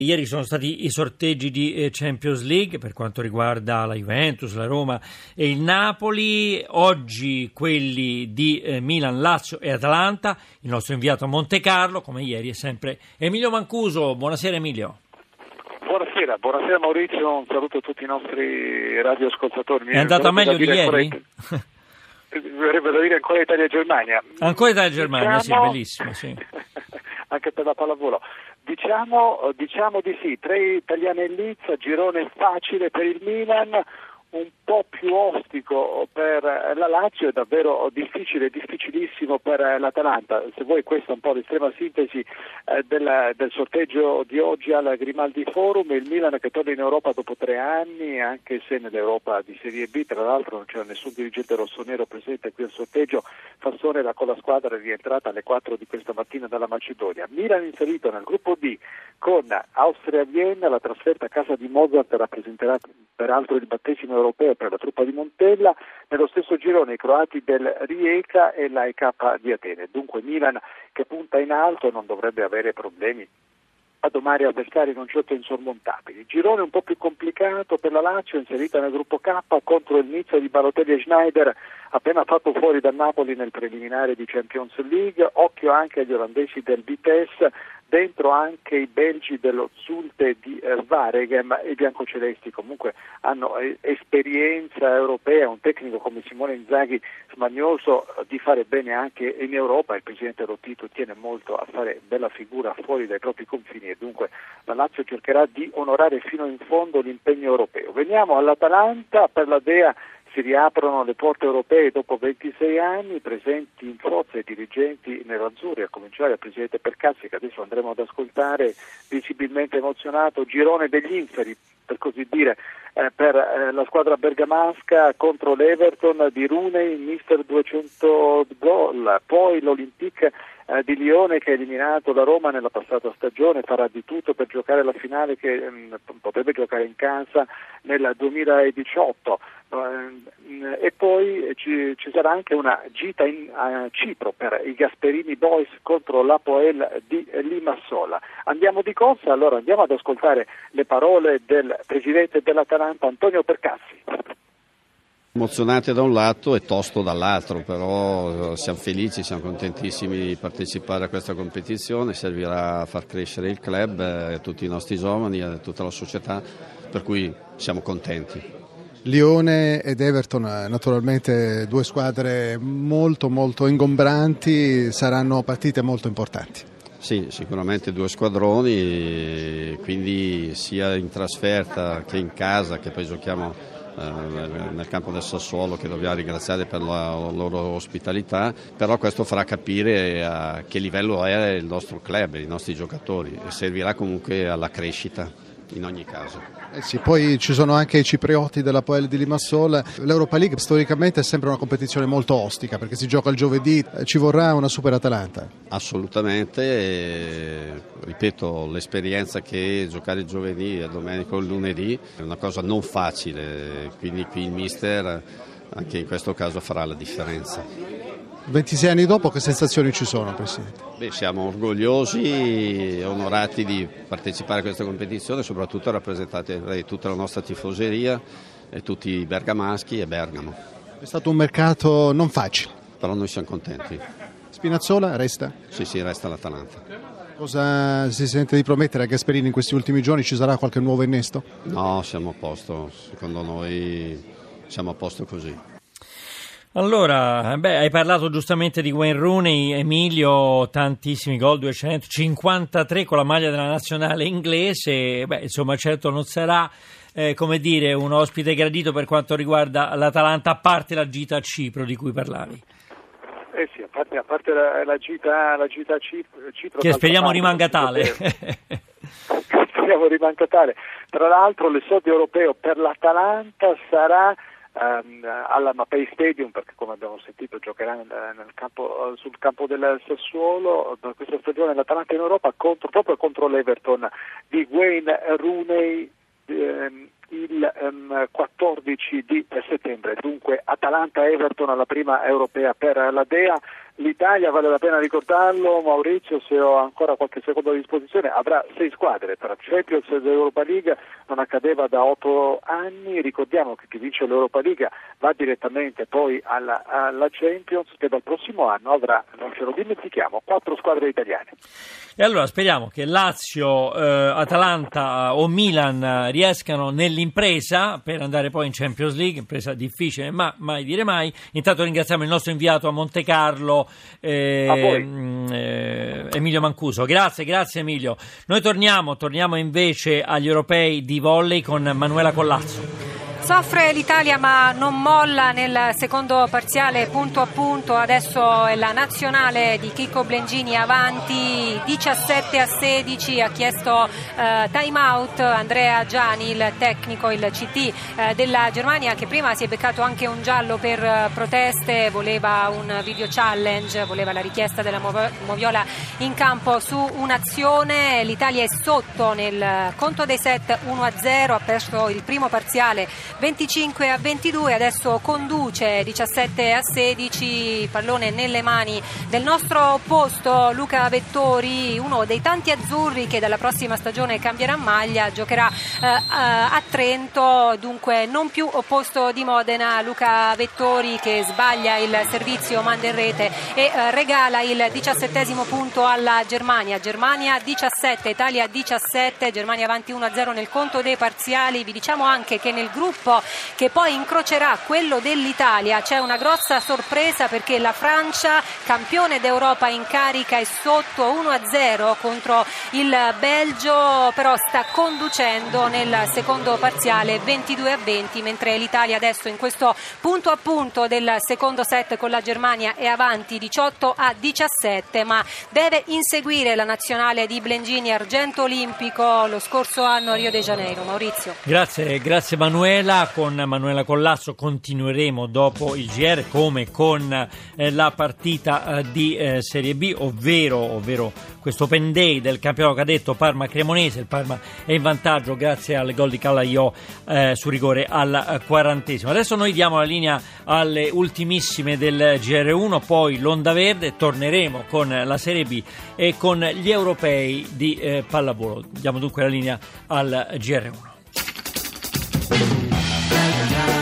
Ieri sono stati i sorteggi di Champions League per quanto riguarda la Juventus, la Roma e il Napoli. Oggi quelli di Milan, Lazio e Atalanta. Il nostro inviato a Montecarlo, come ieri, è sempre Emilio Mancuso. Buonasera Emilio. Buonasera Maurizio, un saluto a tutti i nostri radioascoltatori. È andata meglio di ieri? Verrebbe da dire ancora Italia-Germania. Ancora Italia-Germania, diciamo... sì, bellissimo, sì. Anche per la pallavolo. Diciamo di sì, 3 italianelli, girone facile per il Milan, un po' più ostico per la Lazio e davvero difficilissimo per l'Atalanta. Se vuoi, questa è un po' l'estrema sintesi del sorteggio di oggi al Grimaldi Forum. Il Milan che torna in Europa dopo 3 anni, anche se nell'Europa di Serie B, tra l'altro non c'era nessun dirigente rossonero presente qui al sorteggio. Fassone con la squadra è rientrata alle 4 di questa mattina dalla Macedonia. Milan inserito nel gruppo D con Austria-Vienna, la trasferta a casa di Mozart rappresenterà peraltro il battesimo europeo per la truppa di Montella. Nello stesso girone i croati del Rijeka e l'AEK di Atene. Dunque Milan che punta in alto non dovrebbe avere problemi a domare avversari non certo insormontabili. Girone un po' più complicato per la Lazio, inserita nel gruppo K contro il Nizza di Balotelli e Schneider, appena fatto fuori dal Napoli nel preliminare di Champions League. Occhio anche agli olandesi del Vitesse, dentro anche i belgi dello Zulte di Waregem. I biancocelesti comunque hanno esperienza europea, un tecnico come Simone Inzaghi smanioso di fare bene anche in Europa. Il presidente Lotito tiene molto a fare bella figura fuori dai propri confini e dunque la Lazio cercherà di onorare fino in fondo l'impegno europeo. Veniamo all'Atalanta. Per la Dea si riaprono le porte europee dopo 26 anni, presenti in forza i dirigenti nerazzurri, a cominciare dal presidente Percassi, che adesso andremo ad ascoltare, visibilmente emozionato. Girone degli inferi, per così dire, per la squadra bergamasca contro l'Everton di Rooney, mister 200 gol. Poi l'Olympique di Lione, che ha eliminato la Roma nella passata stagione, farà di tutto per giocare la finale che potrebbe giocare in casa nel 2018. E poi ci sarà anche una gita a Cipro per i Gasperini Boys contro l'Apoel di Limassol. Andiamo di corsa, allora andiamo ad ascoltare le parole del presidente dell'Atalanta, Antonio Percassi. Emozionante da un lato e tosto dall'altro, però siamo felici, siamo contentissimi di partecipare a questa competizione. Servirà a far crescere il club, tutti i nostri giovani e tutta la società, per cui siamo contenti. Lione ed Everton, naturalmente 2 squadre molto ingombranti, saranno partite molto importanti. Sì, sicuramente 2 squadroni, quindi sia in trasferta che in casa, che poi giochiamo nel campo del Sassuolo, che dobbiamo ringraziare per la loro ospitalità, però questo farà capire a che livello è il nostro club, i nostri giocatori, e servirà comunque alla crescita in ogni caso. Sì, poi ci sono anche i ciprioti dell'Apoel di Limassol. L'Europa League storicamente è sempre una competizione molto ostica perché si gioca il giovedì, ci vorrà una super Atalanta. Assolutamente, ripeto, l'esperienza che giocare il giovedì, il domenica o il lunedì è una cosa non facile, quindi qui il mister anche in questo caso farà la differenza. 26 anni dopo, che sensazioni ci sono, Presidente? Siamo orgogliosi e onorati di partecipare a questa competizione, soprattutto rappresentati da tutta la nostra tifoseria e tutti i bergamaschi e Bergamo. È stato un mercato non facile. Però noi siamo contenti. Spinazzola resta? Sì, resta l'Atalanta. Cosa si sente di promettere a Gasperini in questi ultimi giorni? Ci sarà qualche nuovo innesto? No, siamo a posto, secondo noi siamo a posto così. Allora, hai parlato giustamente di Wayne Rooney, Emilio, tantissimi gol, 253 con la maglia della nazionale inglese. Insomma, certo non sarà un ospite gradito per quanto riguarda l'Atalanta, a parte la gita a Cipro di cui parlavi. Sì, a parte la gita a Cipro, che speriamo rimanga tale. Speriamo rimanga tale. Tra l'altro l'esordio europeo per l'Atalanta sarà alla Mapei Stadium, perché come abbiamo sentito giocherà sul campo del Sassuolo. Per questa stagione l'Atalanta in Europa proprio contro l'Everton di Wayne Rooney, il 14 di settembre. Dunque Atalanta-Everton alla prima europea per la Dea. L'Italia, vale la pena ricordarlo, Maurizio, se ho ancora qualche secondo a disposizione, avrà 6 squadre tra Champions e Europa League, non accadeva da 8 anni. Ricordiamo che chi vince l'Europa League va direttamente poi alla Champions, che dal prossimo anno avrà, non ce lo dimentichiamo, 4 squadre italiane. E allora speriamo che Lazio, Atalanta o Milan riescano nell'impresa per andare poi in Champions League, impresa difficile ma mai dire mai. Intanto ringraziamo il nostro inviato a Monte Carlo, Emilio Mancuso. Grazie Emilio. Noi torniamo invece agli europei di volley con Manuela Collazzo. Soffre l'Italia ma non molla nel secondo parziale, punto a punto. Adesso è la nazionale di Chicco Blengini avanti 17-16, ha chiesto time out Andrea Giani, il tecnico, il CT della Germania, che prima si è beccato anche un giallo per proteste, voleva un video challenge, voleva la richiesta della Moviola in campo su un'azione. L'Italia è sotto nel conto dei set 1-0, ha perso il primo parziale 25-22, adesso conduce 17-16, pallone nelle mani del nostro opposto Luca Vettori, uno dei tanti azzurri che dalla prossima stagione cambierà maglia, giocherà a Trento, dunque non più opposto di Modena. Luca Vettori che sbaglia il servizio, manda in rete e regala il 17° punto alla Germania. Germania 17, Italia 17, Germania avanti 1-0 nel conto dei parziali. Vi diciamo anche che nel gruppo che poi incrocerà quello dell'Italia c'è una grossa sorpresa, perché la Francia, campione d'Europa in carica, è sotto 1-0 contro il Belgio, però sta conducendo nel secondo parziale 22-20, mentre l'Italia adesso in questo punto a punto del secondo set con la Germania è avanti 18-17, ma deve inseguire la nazionale di Blengini, argento olimpico lo scorso anno a Rio de Janeiro. Maurizio. Grazie Manuela. Con Manuela Collasso continueremo dopo il GR come con la partita di Serie B, ovvero questo Open Day del campionato cadetto Parma-Cremonese. Il Parma è in vantaggio grazie al gol di Calaiò su rigore al 40°. Adesso noi diamo la linea alle ultimissime del GR1, poi l'Onda Verde, torneremo con la Serie B e con gli europei di pallavolo. Diamo dunque la linea al GR1.